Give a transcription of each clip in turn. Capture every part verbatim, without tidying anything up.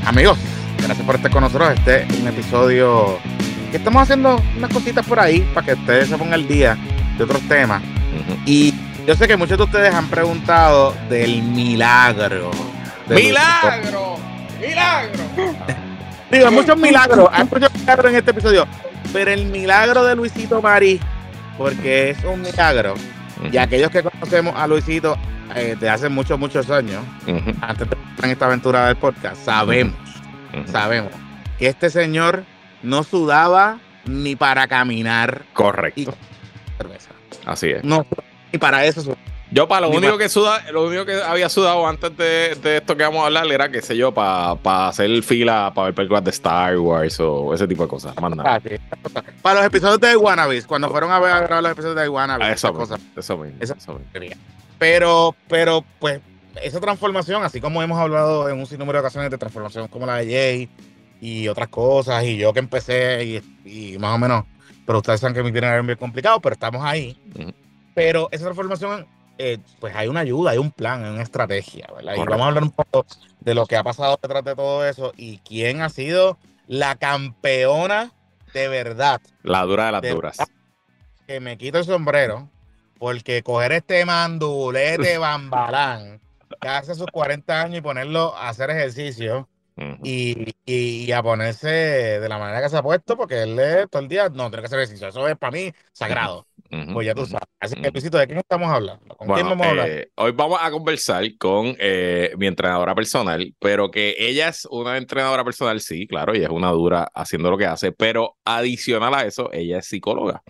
Amigos, gracias por estar con nosotros. Este es un episodio que estamos haciendo unas cositas por ahí para que ustedes se pongan al día de otros temas. Uh-huh. Y yo sé que muchos de ustedes han preguntado del milagro. De ¡Milagro! Luisito. ¡Milagro! Digo, hay muchos milagros, hay muchos milagros en este episodio, pero el milagro de Luisito Marí, porque es un milagro. Uh-huh. Y aquellos que conocemos a Luisito eh, de hace muchos, muchos años, uh-huh. antes de estar en esta aventura del podcast, sabemos, uh-huh. sabemos que este señor no sudaba ni para caminar. Correcto. Y cerveza. Así es. No, ni para eso sudaba. Yo para lo único que suda, lo único que había sudado antes de, de esto que vamos a hablar era, qué sé yo, para pa hacer fila para ver películas de Star Wars o ese tipo de cosas. Más nada. Ah, sí. Para los episodios de Wannabes, cuando fueron a ver a grabar los episodios de Wannabes. Ah, eso, cosas. eso mismo. Eso eso mismo. Pero, pero, pues, esa transformación, así como hemos hablado en un sinnúmero de ocasiones de transformación como la de Jay y otras cosas, y yo que empecé y, y más o menos, pero ustedes saben que me tienen bien complicado, pero estamos ahí. Uh-huh. Pero esa transformación, eh, pues hay una ayuda, hay un plan, hay una estrategia, ¿verdad? Correcto. Y vamos a hablar un poco de lo que ha pasado detrás de todo eso y quién ha sido la campeona de verdad. La dura de las de duras. Verdad, que me quito el sombrero, porque coger este mandulete bambalán que hace sus cuarenta años y ponerlo a hacer ejercicio uh-huh. y, y, y a ponerse de la manera que se ha puesto, porque él es todo el día, no, tiene que hacer ejercicio, eso es para mí sagrado. Uh-huh. Pues ya tú sabes. Así que, Luisito, ¿de quién estamos hablando? ¿Con bueno, quién vamos a hablar? Eh, hoy vamos a conversar con eh, mi entrenadora personal, pero que ella es una entrenadora personal, sí, claro, ella es una dura haciendo lo que hace, pero adicional a eso, ella es psicóloga.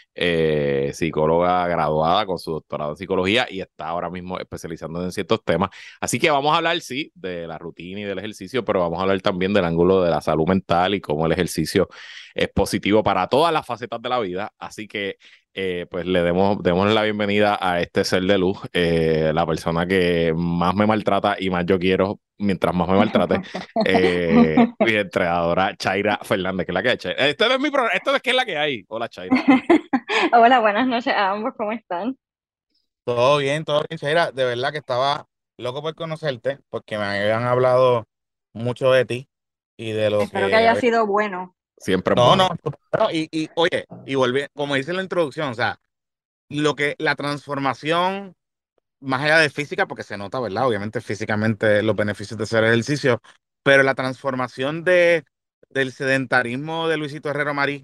Eh, psicóloga graduada con su doctorado en psicología y está ahora mismo especializando en ciertos temas. Así que vamos a hablar, sí, de la rutina y del ejercicio, pero vamos a hablar también del ángulo de la salud mental y cómo el ejercicio es positivo para todas las facetas de la vida. Así que eh, pues le demos, demos la bienvenida a este ser de luz, eh, la persona que más me maltrata y más yo quiero mientras más me maltrate, eh, mi entrenadora Chaira Fernández, que es la que hay. Chaira. Esto no es mi programa, esto es que es la que hay. Hola, Chaira. Hola, buenas noches a ambos, ¿cómo están? Todo bien, todo bien, Chaira. De verdad que estaba loco por conocerte, porque me habían hablado mucho de ti y de lo Espero que... que haya sido bueno. Siempre No, bueno. no, y, y oye, y volví, como dice en la introducción, o sea, lo que, la transformación, más allá de física, porque se nota, ¿verdad? Obviamente físicamente los beneficios de hacer ejercicio, pero la transformación de, del sedentarismo de Luisito Herrero Marí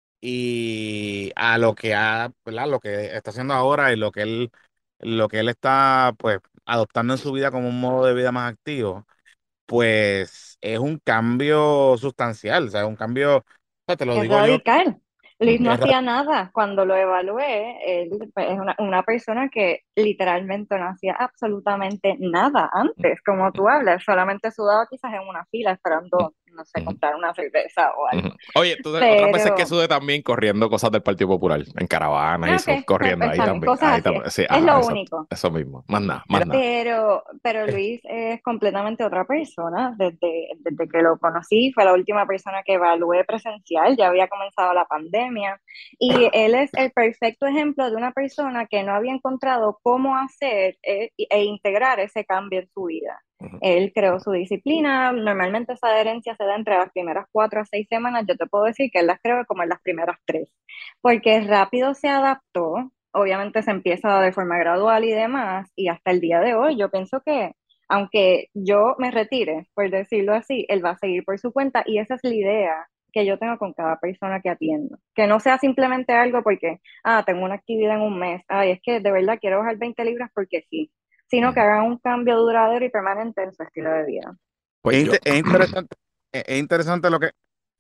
y a lo que ha, ¿verdad? Lo que está haciendo ahora y lo que él, lo que él está, pues, adoptando en su vida como un modo de vida más activo, pues es un cambio sustancial, o sea, un cambio, o sea, te lo es digo radical. yo. Luis no Es hacía nada. Cuando lo evalué, él es una, una persona que literalmente no hacía absolutamente nada antes, como tú hablas, solamente sudaba quizás en una fila esperando, no sé, comprar una cerveza o algo. Oye, tú Pero... otras veces que sude también corriendo cosas del Partido Popular, en caravanas y okay, eso, corriendo ahí también, también. cosas Ahí así también. Sí, es ajá, lo exacto, único. Eso mismo, más nada, más nada. Pero, pero Luis es completamente otra persona. Desde, desde que lo conocí, fue la última persona que evalué presencial, ya había comenzado la pandemia, y él es el perfecto ejemplo de una persona que no había encontrado cómo hacer e, e integrar ese cambio en su vida. Uh-huh. Él creó su disciplina. Normalmente esa adherencia se da entre las primeras cuatro a seis semanas. Yo te puedo decir que él las creó como en las primeras tres, porque rápido se adaptó. Obviamente se empieza de forma gradual y demás, y hasta el día de hoy yo pienso que aunque yo me retire, por decirlo así, él va a seguir por su cuenta, y esa es la idea que yo tengo con cada persona que atiendo. Que no sea simplemente algo porque, ah, tengo una actividad en un mes, ay, es que de verdad quiero bajar veinte libras porque sí, sino que hagan un cambio duradero y permanente en su estilo de vida. Pues es, es, interesante, es interesante lo que...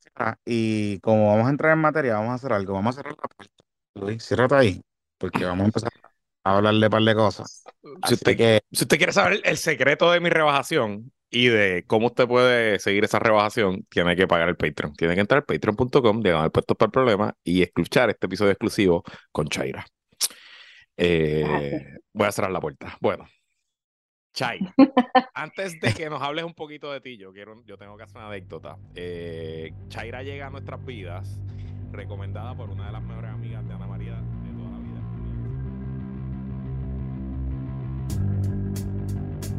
Y como vamos a entrar en materia, vamos a hacer algo, vamos a cerrar la puerta. Luis, ciérrate ahí, porque vamos a empezar a hablarle un par de cosas. Si usted, que... si usted quiere saber el secreto de mi rebajación y de cómo usted puede seguir esa rebajación, tiene que pagar el Patreon. Tiene que entrar a patreon punto com, diagonal puestos para el problema, y escuchar este episodio exclusivo con Chaira. Eh, voy a cerrar la puerta. Bueno, Chay, antes de que nos hables un poquito de ti, yo quiero, yo tengo que hacer una anécdota. Eh, Chaira llega a nuestras vidas recomendada por una de las mejores amigas de Ana María de toda la vida.